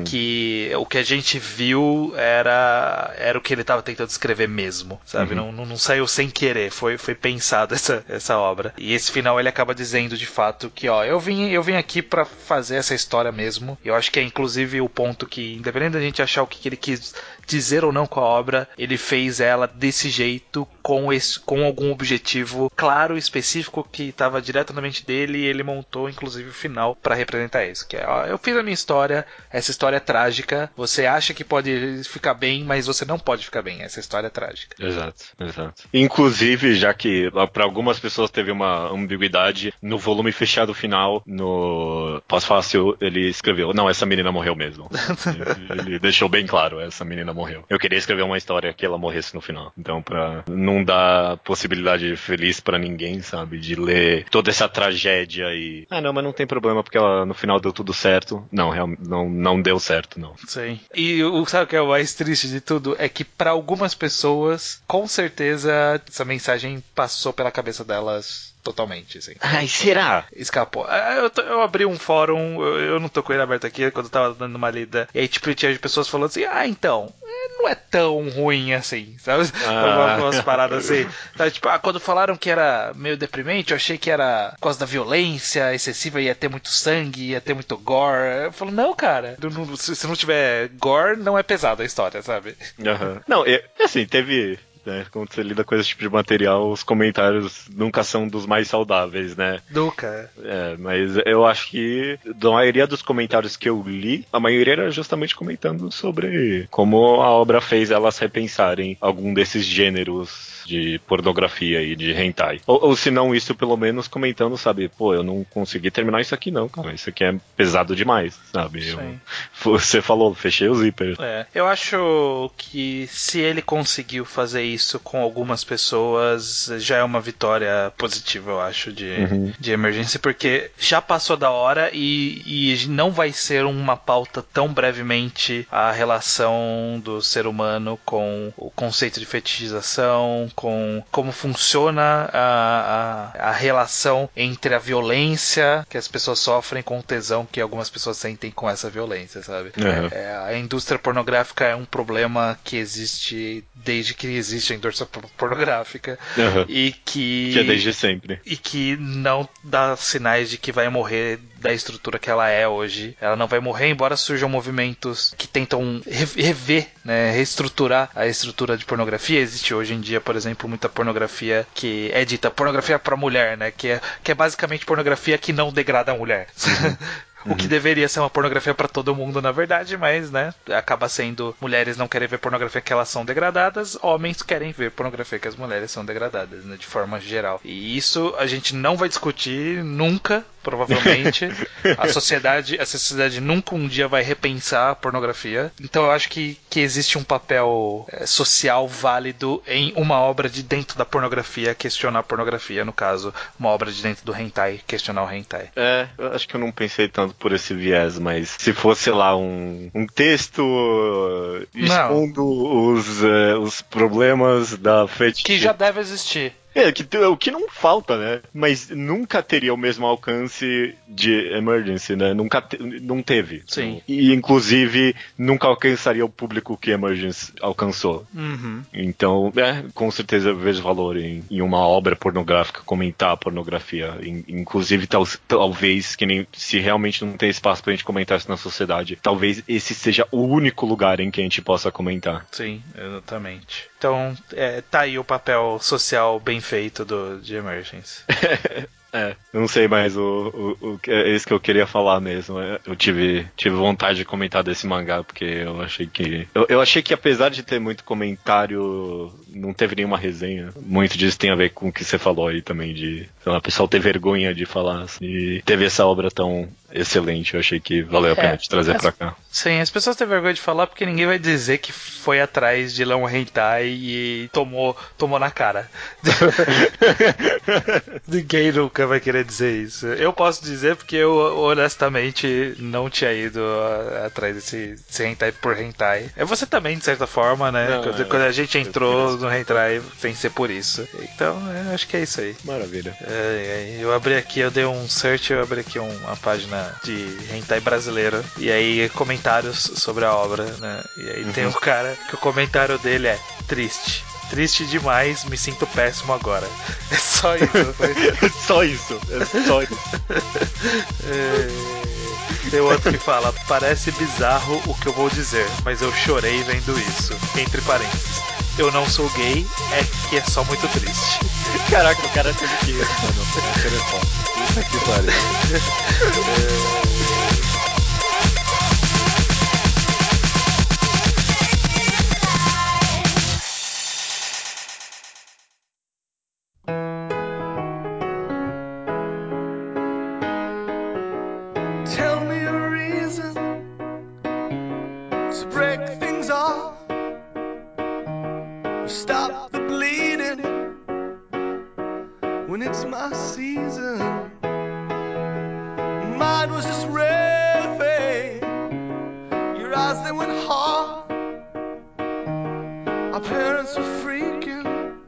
que o que a gente viu era o que ele estava tentando escrever mesmo, sabe? Não saiu sem querer, foi pensado essa obra. E esse final ele acaba dizendo de fato que, eu vim aqui pra fazer essa história mesmo. Eu acho que é inclusive o ponto que, independente da gente achar o que ele quis dizer ou não com a obra, ele fez ela desse jeito, com algum objetivo claro e específico que estava direto na mente dele, e ele montou inclusive o final pra representar isso. Que é, eu fiz a minha história, essa história é trágica, você acha que pode ficar bem, mas você não pode ficar bem, essa história é trágica. Exato. Inclusive, já que pra algumas pessoas teve uma ambiguidade, no volume fechado final, no pós-fácil, ele escreveu, não, essa menina morreu mesmo. Ele deixou bem claro, essa menina morreu. Eu queria escrever uma história que ela morresse no final. Então, pra não dar possibilidade feliz pra ninguém, sabe, de ler toda essa tragédia e... não, mas não tem problema, porque ela no final deu tudo certo. Não deu certo, não. Sim. E sabe o que é o mais triste de tudo? É que pra algumas pessoas, com certeza, essa mensagem passou pela cabeça delas totalmente, assim. Ai, será? Escapou. Eu abri um fórum, eu não tô com ele aberto aqui, quando eu tava dando uma lida, e aí tipo, tinha pessoas falando assim, então, não é tão ruim assim, sabe? Algumas paradas assim. Sabe? Tipo, quando falaram que era meio deprimente, eu achei que era por causa da violência excessiva, ia ter muito sangue, ia ter muito gore. Eu falo, não, cara, se não tiver gore, não é pesada a história, sabe? Não, assim, teve... Quando você lida com esse tipo de material, os comentários nunca são dos mais saudáveis, né? Nunca. Mas eu acho que da maioria dos comentários que eu li, a maioria era justamente comentando sobre como a obra fez elas repensarem algum desses gêneros de pornografia e de hentai. Ou se não isso, pelo menos comentando, sabe? Pô, eu não consegui terminar isso aqui não, cara. Isso aqui é pesado demais, sabe? Você falou, fechei o zíper. Eu acho que se ele conseguiu fazer isso com algumas pessoas, já é uma vitória positiva, eu acho, de emergência, porque já passou da hora e não vai ser uma pauta tão brevemente a relação do ser humano com o conceito de fetichização, com como funciona a relação entre a violência que as pessoas sofrem com o tesão que algumas pessoas sentem com essa violência, sabe? A indústria pornográfica é um problema que existe desde que existe a indústria pornográfica e que é desde sempre. E que não dá sinais de que vai morrer da estrutura que ela é hoje. Ela não vai morrer, embora surjam movimentos que tentam rever, né, reestruturar a estrutura de pornografia. Existe hoje em dia, por exemplo, muita pornografia que é dita pornografia pra mulher, né? Que é basicamente pornografia que não degrada a mulher. O que deveria ser uma pornografia pra todo mundo, na verdade, mas, né, acaba sendo mulheres não querem ver pornografia que elas são degradadas, homens querem ver pornografia que as mulheres são degradadas, né, de forma geral. E isso a gente não vai discutir nunca, provavelmente. A sociedade nunca um dia vai repensar a pornografia. Então eu acho que existe um papel social válido em uma obra de dentro da pornografia questionar a pornografia, no caso, uma obra de dentro do hentai questionar o hentai. Eu acho que eu não pensei tanto por esse viés, mas se fosse lá um texto expondo os problemas da fetiche... Que já deve existir. O que não falta, né? Mas nunca teria o mesmo alcance de Emergency, né? Não teve. Sim. E, inclusive, nunca alcançaria o público que Emergency alcançou. Uhum. Então, com certeza eu vejo valor em uma obra pornográfica comentar a pornografia. Inclusive, talvez, que nem se realmente não tem espaço pra gente comentar isso na sociedade, talvez esse seja o único lugar em que a gente possa comentar. Sim, exatamente. Então, tá aí o papel social bem feito de Emergence. Eu não sei mais é isso que eu queria falar mesmo. Eu tive vontade de comentar desse mangá, porque eu achei que... Eu achei que apesar de ter muito comentário, não teve nenhuma resenha. Muito disso tem a ver com o que você falou aí também, de o pessoal ter vergonha de falar. Assim, e teve essa obra tão excelente, eu achei que valeu a pena te trazer pra cá. Sim, as pessoas têm vergonha de falar porque ninguém vai dizer que foi atrás de ler um hentai e tomou na cara. Ninguém nunca vai querer dizer isso. Eu posso dizer porque eu honestamente não tinha ido atrás desse hentai por hentai. É você também, de certa forma, né? Quando a gente entrou no hentai, sem ser por isso. Então, acho que é isso aí. Maravilha. Eu abri aqui, eu dei um search, eu abri aqui uma página de hentai brasileiro, e aí comentários sobre a obra, né? E aí tem um cara que o comentário dele é triste demais, me sinto péssimo agora. É só isso. Só isso. Tem outro que fala, parece bizarro o que eu vou dizer, mas eu chorei vendo isso. Entre parênteses, eu não sou gay, é que é só muito triste. Caraca, o cara teve que ir, mano. Puta que pariu. Tell me a reason to break things off, stop the bleeding when it's my season. Mine was just red fade, your eyes they went hard. Our parents were freaking,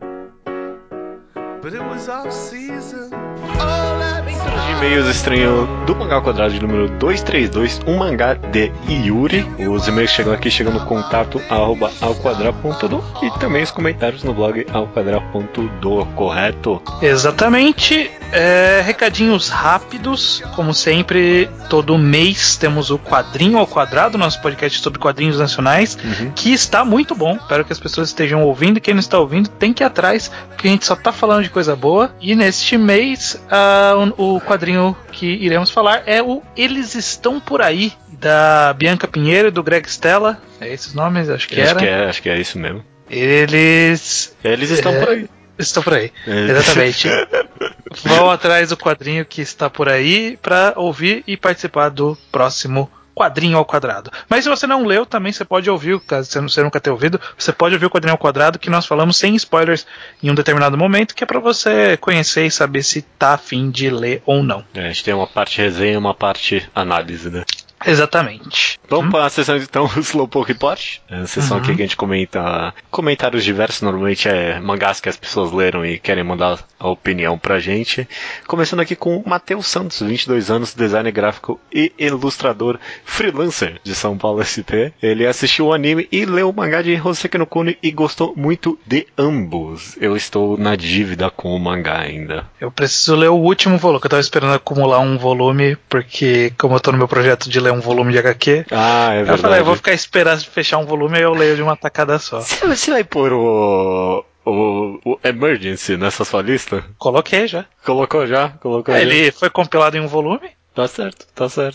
but it was our season. De e-mails estranho do Mangá ao Quadrado de número 232, um mangá de Yuri. Os e-mails chegam no contato @alquadrado.do e também os comentários no blog alquadrado.do, correto? Exatamente. Recadinhos rápidos, como sempre, todo mês temos o Quadrinho ao Quadrado, nosso podcast sobre quadrinhos nacionais, que está muito bom. Espero que as pessoas estejam ouvindo, e quem não está ouvindo tem que ir atrás, porque a gente só está falando de coisa boa. E neste mês, o quadrinho que iremos falar é o Eles Estão Por Aí, da Bianca Pinheiro e do Greg Stella. É esses nomes? Acho que é isso mesmo. Eles estão por aí. Estão por aí, exatamente. Vão atrás do quadrinho que está por aí para ouvir e participar do próximo Quadrinho ao Quadrado. Mas se você não leu, também você pode ouvir, caso você nunca tenha ouvido, você pode ouvir o Quadrinho ao Quadrado, que nós falamos sem spoilers em um determinado momento, que é para você conhecer e saber se tá a fim de ler ou não. A gente tem uma parte resenha e uma parte análise, né? Exatamente. Vamos para a sessão então, o Slowpoke Report. É a sessão aqui que a gente comenta comentários diversos, normalmente é mangás que as pessoas leram e querem mandar a opinião pra gente. Começando aqui com o Matheus Santos, 22 anos, designer gráfico e ilustrador freelancer de São Paulo SP. Ele assistiu o anime e leu o mangá de Hoseki no Kuni e gostou muito de ambos. Eu estou na dívida com o mangá ainda. Eu preciso ler o último volume, que eu tava esperando acumular um volume, porque como eu tô no meu projeto de ler um volume de HQ, é verdade. Eu falei, eu vou ficar esperando fechar um volume e eu leio de uma tacada só. Você vai pôr o Emergency nessa sua lista? Coloquei já. Colocou já? Ele foi compilado em um volume? Tá certo.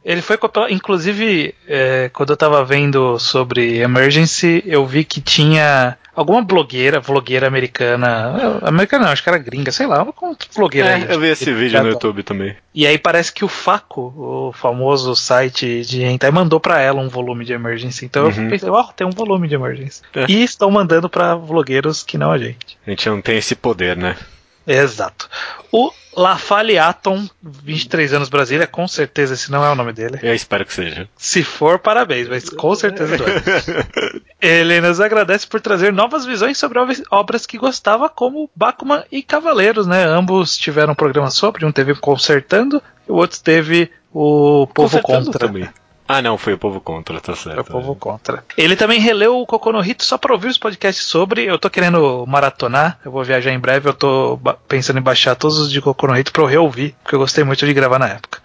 Ele foi copiado, inclusive, quando eu tava vendo sobre Emergency, eu vi que tinha alguma vlogueira americana não, acho que era gringa, sei lá, uma vlogueira aí. Eu vi esse vídeo no YouTube também. E aí parece que o Faco, o famoso site de hentai, mandou pra ela um volume de Emergency. Então eu pensei, tem um volume de Emergency. E estão mandando pra vlogueiros que não a gente. A gente não tem esse poder, né? Exato. O Lafalle Atom, 23 anos, Brasília, com certeza esse não é o nome dele. Eu espero que seja. Se for, parabéns, mas com certeza não é. Ele nos agradece por trazer novas visões sobre obras que gostava, como Bakuman e Cavaleiros, né? Ambos tiveram um programa sobre, um teve Consertando e o outro teve o Povo Contra. Também. Ah, não, foi o Povo Contra, tá certo. Foi o Povo Contra. Ele também releu o Kokono Hito só pra ouvir os podcasts sobre. Eu tô querendo maratonar, eu vou viajar em breve, eu tô pensando em baixar todos os de Kokono Hito pra eu reouvir, porque eu gostei muito de gravar na época.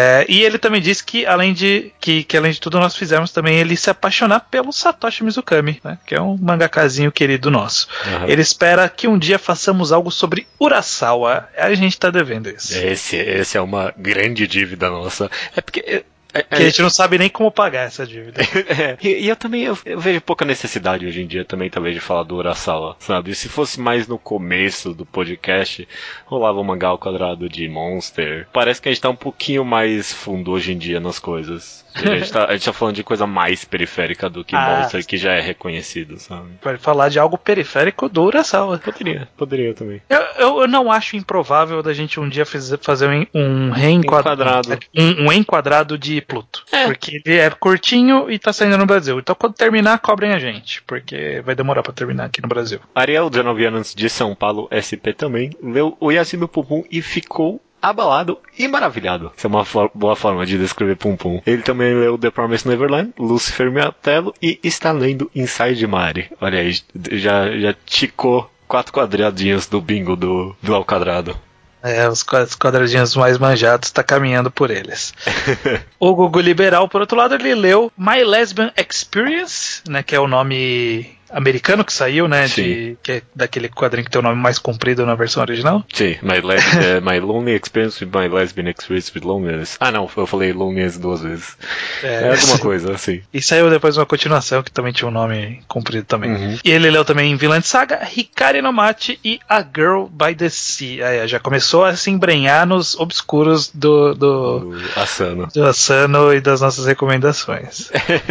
E ele também disse que além de tudo nós fizemos também ele se apaixonar pelo Satoshi Mizukami, né, que é um mangakazinho querido nosso. Ele espera que um dia façamos algo sobre Urasawa. A gente tá devendo isso. Esse é uma grande dívida nossa. É porque... Que a gente não sabe nem como pagar essa dívida. E eu também eu vejo pouca necessidade hoje em dia também, talvez, de falar do Urasawa, sabe? Se fosse mais no começo do podcast, rolava um mangá ao quadrado de Monster. Parece que a gente tá um pouquinho mais fundo hoje em dia nas coisas. A gente tá falando de coisa mais periférica do que Monster, que já é reconhecido, sabe? Pode falar de algo periférico do Urasawa. Poderia também. Eu não acho improvável da gente um dia fazer um reenquadrado. Um enquadrado de Pluto. Porque ele é curtinho e tá saindo no Brasil. Então quando terminar, cobrem a gente. Porque vai demorar pra terminar aqui no Brasil. Ariel, 19 anos, de São Paulo, SP também, leu o Yasumi Pum Pum e ficou abalado e maravilhado. Isso é uma boa forma de descrever Pum Pum. Ele também leu The Promised Neverland, Lucifer Miatello e está lendo Inside Mari. Olha aí, já ticou 4 quadradinhos do bingo do ao quadrado. Os quadradinhos mais manjados, tá caminhando por eles. O Gugu Liberal, por outro lado, ele leu My Lesbian Experience, né, que é o nome americano que saiu, né? Que é daquele quadrinho que tem o nome mais comprido na versão original. Sim, My Lonely Experience with My Lesbian Experience with Loneliness. Ah, não, eu falei Loneliness 2 vezes. É alguma coisa, assim. E saiu depois uma continuação que também tinha um nome comprido também. E ele leu também Vinland Saga, Hikari no Machi e A Girl by the Sea. Aí, já começou a se embrenhar nos obscuros do Asano. Do Asano e das nossas recomendações.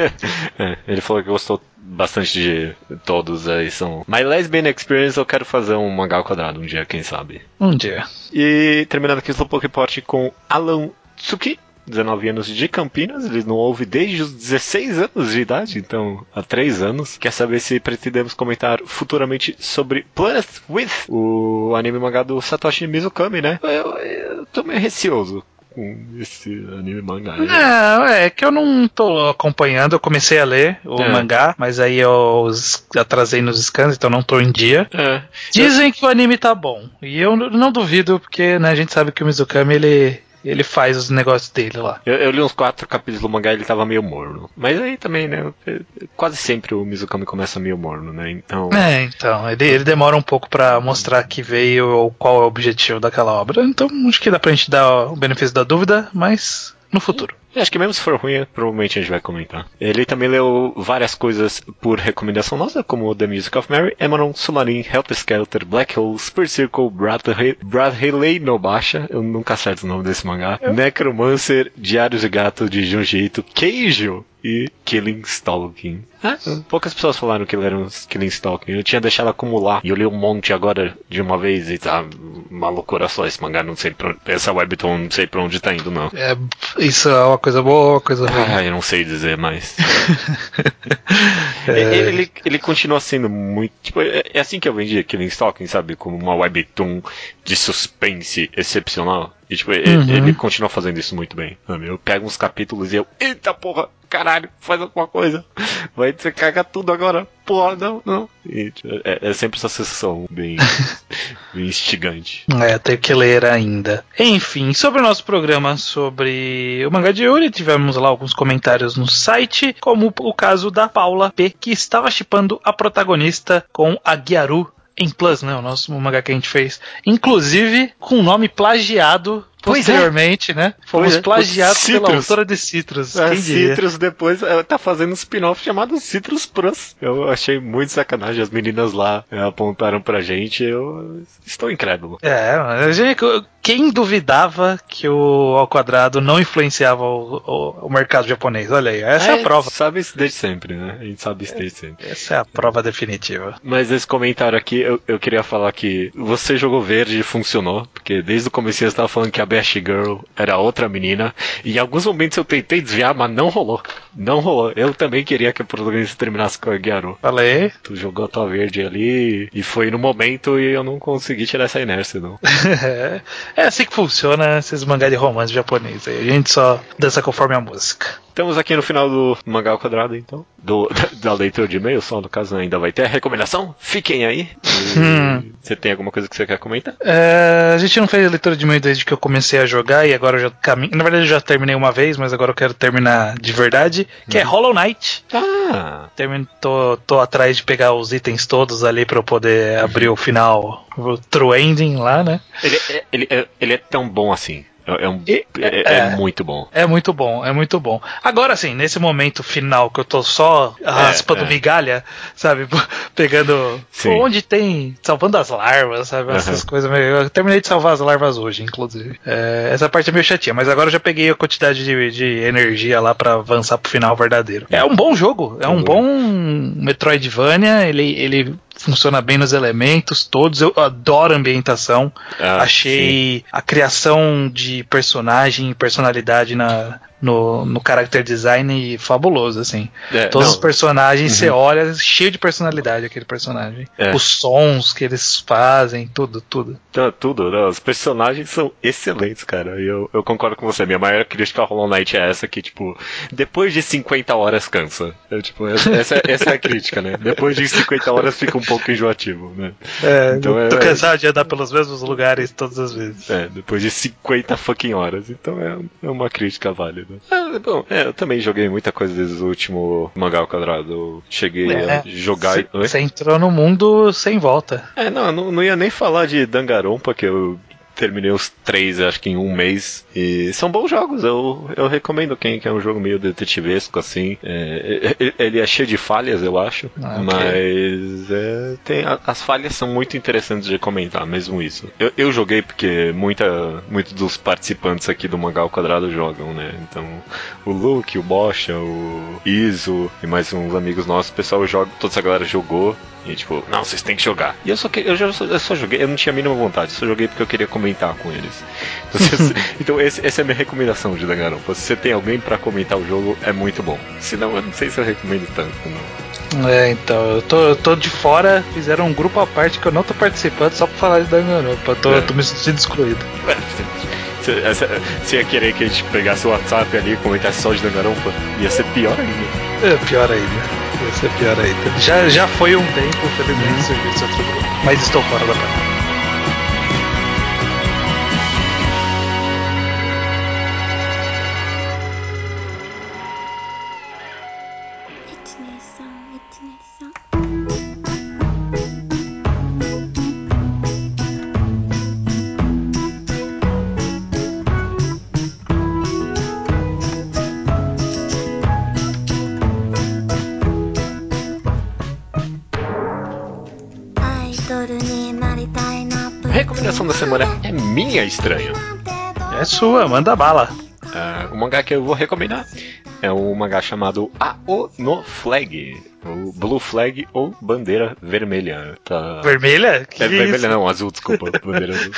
Ele falou que gostou bastante de todos aí. São My Lesbian Experience. Eu quero fazer um mangá ao quadrado um dia, quem sabe. Um dia. E terminando aqui o Slowpoke Report com Alan Tsuki, 19 anos de Campinas. Ele não ouve desde os 16 anos de idade, então há 3 anos. Quer saber se pretendemos comentar futuramente sobre Planet With, o anime mangá do Satoshi Mizukami, né? Eu tô meio receoso com esse anime mangá. Não, é que eu não tô acompanhando. Eu comecei a ler o mangá, mas aí eu atrasei nos scans, então não tô em dia. Dizem que o anime tá bom, e eu não duvido, porque, né, a gente sabe que o Mizukami ele faz os negócios dele lá. Eu li uns 4 capítulos do mangá e ele tava meio morno. Mas aí também, né? Quase sempre o Mizukami começa meio morno, né? Então. Ele demora um pouco pra mostrar que veio ou qual é o objetivo daquela obra. Então acho que dá pra gente dar o benefício da dúvida, mas no futuro. Acho que mesmo se for ruim, provavelmente a gente vai comentar. Ele também leu várias coisas por recomendação nossa, como The Music of Mary, Emanon, Sumarin, Helter Skelter, Black Hole, Spirit Circle, Bradley Nobasha, eu nunca acerto o nome desse mangá, Necromancer, Diários de Gato de Junji Ito, Keijo e Killing Stalking. Poucas pessoas falaram que ele era um Killing Stalking. Eu tinha deixado acumular e eu li um monte agora de uma vez e tá uma loucura só esse mangá. Não sei essa webtoon, não sei pra onde tá indo, não. Isso é uma coisa boa ou uma coisa ruim? Eu não sei dizer mais. Ele continua sendo muito. Tipo, é assim que eu vendia Killing Stalking, sabe? Como uma webtoon de suspense excepcional. E tipo, ele continua fazendo isso muito bem, sabe? Eu pego uns capítulos e eita porra, caralho, faz alguma coisa. Vai você caga tudo agora. Porra, não. E, tipo, é sempre essa sensação bem instigante. Tenho que ler ainda. Enfim, sobre o nosso programa sobre o mangá de Yuri, tivemos lá alguns comentários no site, como o caso da Paula P, que estava shippando a protagonista com a Gyaru em Plus, né? O nosso mangá que a gente fez. Inclusive, com o nome plagiado posteriormente, né? Fomos plagiados pela autora de Citrus. A Quem diria? Citrus depois tá fazendo um spin-off chamado Citrus Plus. Eu achei muito sacanagem. As meninas lá apontaram pra gente. Eu estou incrédulo. Quem duvidava que o Ao Quadrado não influenciava o mercado japonês? Olha aí, essa é a prova. Sabe isso desde sempre, né? A gente sabe isso desde sempre. Essa é a prova definitiva. Mas esse comentário aqui, eu queria falar que você jogou verde e funcionou, porque desde o começo você estava falando que a Best Girl era outra menina, e em alguns momentos eu tentei desviar, mas não rolou. Não rolou. Eu também queria que a protagonista terminasse com a Gyaru. Falei. Tu jogou a tua verde ali, e foi no momento e eu não consegui tirar essa inércia, não. É assim que funciona esses mangá de romance japonês aí. A gente só dança conforme a música. Estamos aqui no final do Mangá ao Quadrado, então. Da leitura de e-mail, só no caso ainda vai ter a recomendação. Fiquem aí. Você tem alguma coisa que você quer comentar? A gente não fez a leitura de e-mail desde que eu comecei a jogar e agora eu já caminho. Na verdade eu já terminei uma vez, mas agora eu quero terminar de verdade. Que é Hollow Knight. Tô atrás de pegar os itens todos ali pra eu poder abrir o final, o true ending lá, né? Ele é tão bom assim. É muito bom. É muito bom, é muito bom. Agora sim, nesse momento final que eu tô só raspando migalha, sabe? Pegando onde tem, salvando as larvas, sabe? Essas coisas. Eu terminei de salvar as larvas hoje, inclusive. Essa parte é meio chatinha, mas agora eu já peguei a quantidade de energia lá pra avançar pro final verdadeiro. É um bom jogo, é um bom Metroidvania, ele funciona bem nos elementos todos. Eu adoro a ambientação. Achei a criação de personagem e personalidade no character design fabuloso, assim. Todos os personagens, você olha, cheio de personalidade aquele personagem. Os sons que eles fazem, tudo. Tudo, né? Os personagens são excelentes, cara. E eu concordo com você. Minha maior crítica ao Hollow Knight é essa, que, tipo, depois de 50 horas cansa. Essa é a crítica, né? Depois de 50 horas fica um pouco enjoativo, né? Então, tô cansado de andar pelos mesmos lugares todas as vezes. Depois de 50 fucking horas. Então é uma crítica válida. Bom, eu também joguei muita coisa desde o último Mangá ao Quadrado. Eu cheguei a jogar... Você entrou no mundo sem volta. Não ia nem falar de Danganronpa, que eu terminei os 3, acho que em um mês. E são bons jogos, eu recomendo quem quer um jogo meio detetivesco, assim. Ele é cheio de falhas, eu acho. Mas as falhas são muito interessantes de comentar, mesmo isso. Eu joguei porque muitos dos participantes aqui do Mangá ao Quadrado jogam, né? Então, o Luke, o Bocha, o Iso e mais uns amigos nossos, o pessoal joga, toda essa galera jogou. E tipo, não, vocês têm que jogar. E eu só joguei, eu não tinha a mínima vontade, só joguei porque eu queria comentar com eles. Então essa é a minha recomendação de Danganronpa. Se você tem alguém pra comentar o jogo, é muito bom. Senão eu não sei se eu recomendo tanto, não. Então, eu tô de fora, fizeram um grupo à parte que eu não tô participando só pra falar de Danganronpa. Tô me sentindo excluído. Você ia querer que a gente pegasse o WhatsApp ali e comentasse só de Danganronpa? Ia ser pior ainda. Pior ainda. Ia ser pior ainda. Já foi um tempo, felizmente, surgiu esse outro grupo. Mas estou fora da parte. A recomendação da semana é minha, estranho. É sua, manda bala. O mangá que eu vou recomendar é um mangá chamado Ao no Flag, ou Blue Flag ou Bandeira Vermelha. Vermelha? Que vermelha isso? não, azul, desculpa. Bandeira azul.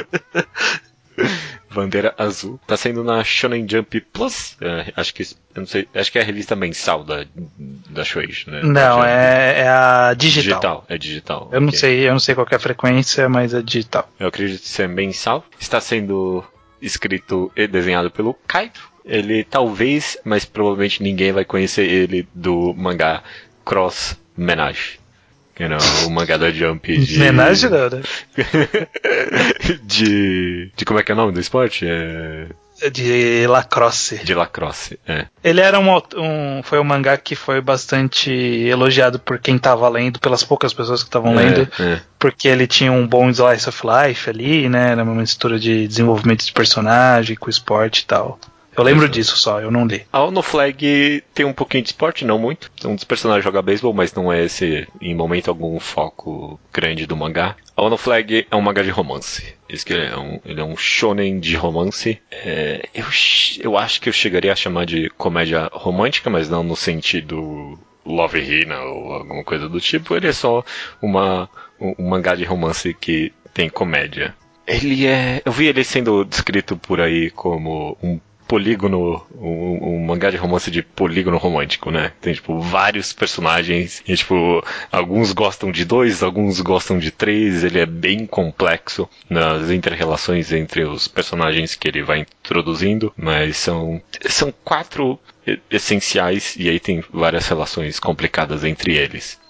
Bandeira azul. Tá saindo na Shonen Jump Plus. Acho que eu não sei, acho que é a revista mensal da Shueisha, né? Não, é a digital. É digital. Eu não sei qual que é a frequência, mas é digital. Eu acredito ser mensal. Está sendo escrito e desenhado pelo Kaito. Ele talvez, mas provavelmente ninguém vai conhecer ele do mangá Cross Menage. Que não, o mangá da Jump de... Menage não, né? de como é que é o nome do esporte? De Lacrosse. De Lacrosse, é. Ele era foi um mangá que foi bastante elogiado por quem tava lendo, pelas poucas pessoas que estavam lendo, porque ele tinha um bom slice of life ali, né? Era uma mistura de desenvolvimento de personagem com esporte e tal. Eu lembro disso só, eu não li. A Ono Flag tem um pouquinho de esporte, não muito. Um dos personagens joga beisebol, mas não é esse, em momento algum, o foco grande do mangá. A Ono Flag é um mangá de romance. Ele é um shonen de romance. Eu acho que eu chegaria a chamar de comédia romântica, mas não no sentido Love Hina ou alguma coisa do tipo. Ele é só um mangá de romance que tem comédia. Eu vi ele sendo descrito por aí como um polígono, um mangá de romance de polígono romântico, né? Tem, tipo, vários personagens e, tipo, alguns gostam de 2, alguns gostam de 3, ele é bem complexo nas inter-relações entre os personagens que ele vai introduzindo, mas são 4 essenciais e aí tem várias relações complicadas entre eles.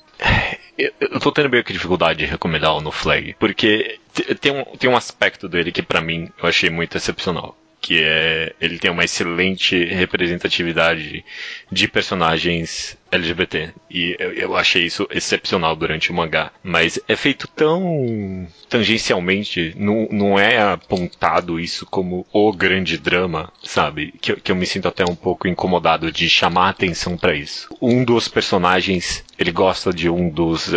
Eu tô tendo meio que dificuldade de recomendar o No Flag, porque tem um aspecto dele que pra mim eu achei muito excepcional. Que ele tem uma excelente representatividade de personagens LGBT. E eu achei isso excepcional durante o mangá. Mas é feito tão tangencialmente, não é apontado isso como o grande drama, sabe? Que eu me sinto até um pouco incomodado de chamar a atenção pra isso. Um dos personagens, ele gosta de um dos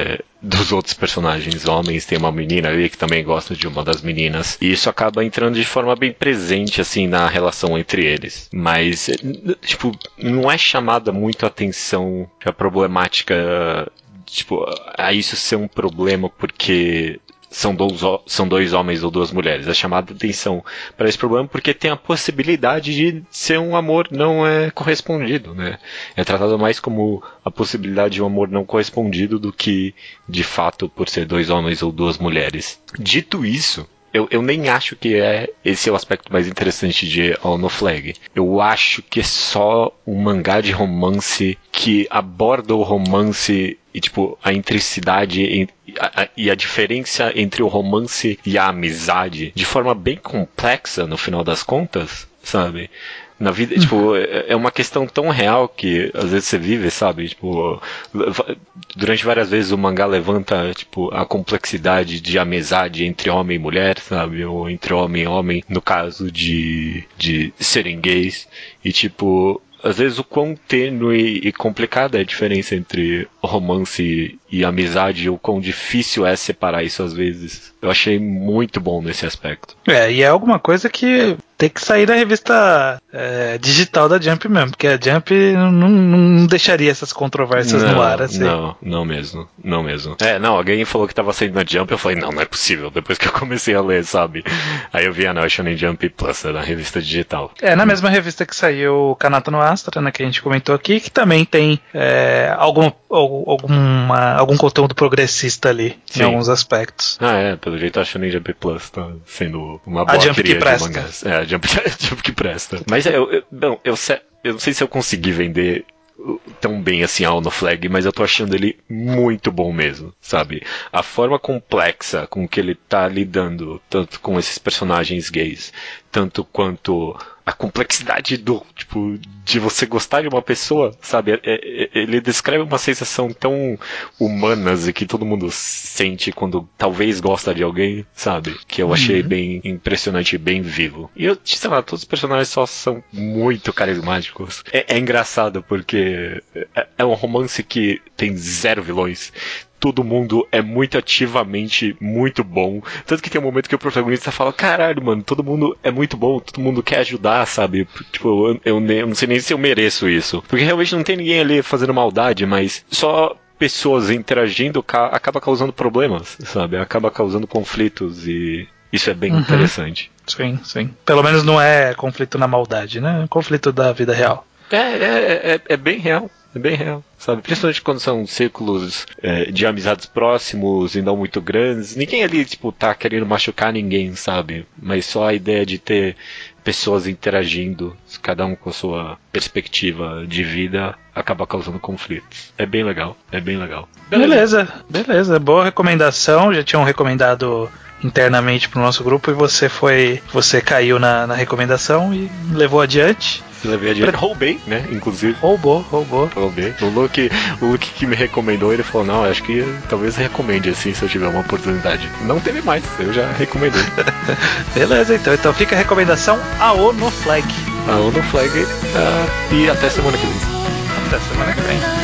outros personagens homens, tem uma menina ali que também gosta de uma das meninas, e isso acaba entrando de forma bem presente, assim, na relação entre eles. Mas, tipo, não é chamada muito a atenção a problemática, tipo, a isso ser um problema porque são dois homens ou 2 mulheres. É chamada a atenção para esse problema porque tem a possibilidade de ser um amor não correspondido, né? É tratado mais como a possibilidade de um amor não correspondido do que, de fato, por ser 2 homens ou 2 mulheres. Dito isso, eu nem acho que esse é o aspecto mais interessante de Ono Flag. Eu acho que é só um mangá de romance que aborda o romance e, tipo, a intricidade e a diferença entre o romance e a amizade de forma bem complexa, no final das contas, sabe? Na vida, tipo, é uma questão tão real que às vezes você vive, sabe? Tipo, durante várias vezes o mangá levanta, tipo, a complexidade de amizade entre homem e mulher, sabe? Ou entre homem e homem, no caso de serem gays. E, tipo, às vezes o quão tênue e complicada é a diferença entre romance e amizade, e o quão difícil é separar isso às vezes. Eu achei muito bom nesse aspecto. E é alguma coisa que tem que sair da revista digital da Jump mesmo, porque a Jump não deixaria essas controvérsias no ar, assim. Não mesmo. Alguém falou que tava saindo na Jump, eu falei, não é possível, depois que eu comecei a ler, sabe? Aí eu vi a Shonen Jump Plus, na revista digital. Na mesma revista que saiu o Kanata no Astra, né, que a gente comentou aqui, que também tem algum conteúdo progressista ali, sim, em alguns aspectos. Pelo jeito a Shonen Jump Plus tá sendo uma boa cria de mangás. A Jump que presta. Mas eu não sei se eu consegui vender tão bem assim a Ono Flag, mas eu tô achando ele muito bom mesmo, sabe? A forma complexa com que ele tá lidando, tanto com esses personagens gays, tanto quanto a complexidade de você gostar de uma pessoa, sabe? Ele descreve uma sensação tão humanas e que todo mundo sente quando talvez gosta de alguém, sabe? Que eu achei bem impressionante e bem vivo. E sei lá, todos os personagens só são muito carismáticos. É engraçado porque é um romance que tem 0 vilões. Todo mundo é muito ativamente muito bom. Tanto que tem um momento que o protagonista fala, caralho, mano, todo mundo é muito bom, todo mundo quer ajudar, sabe? Tipo, eu não sei nem se eu mereço isso. Porque realmente não tem ninguém ali fazendo maldade, mas só pessoas interagindo acaba causando problemas, sabe? Acaba causando conflitos e isso é bem interessante. Sim, sim. Pelo menos não é conflito na maldade, né? É conflito da vida real. É bem real. É bem real, sabe? Principalmente quando são círculos de amizades próximos e não muito grandes. Ninguém ali, tipo, tá querendo machucar ninguém, sabe? Mas só a ideia de ter pessoas interagindo, cada um com a sua perspectiva de vida, acaba causando conflitos. É bem legal, é bem legal. Beleza. Boa recomendação. Já tinham recomendado internamente pro nosso grupo e você caiu na recomendação e levou adiante. Levei adiante. Roubei, né? Inclusive. Roubou. Roubei. O Luke que me recomendou, ele falou, não, acho que talvez recomende assim, se eu tiver uma oportunidade. Não teve mais, eu já recomendei. Beleza, então fica a recomendação AO no Flag. AO no Flag, e até semana que vem. Até semana que vem.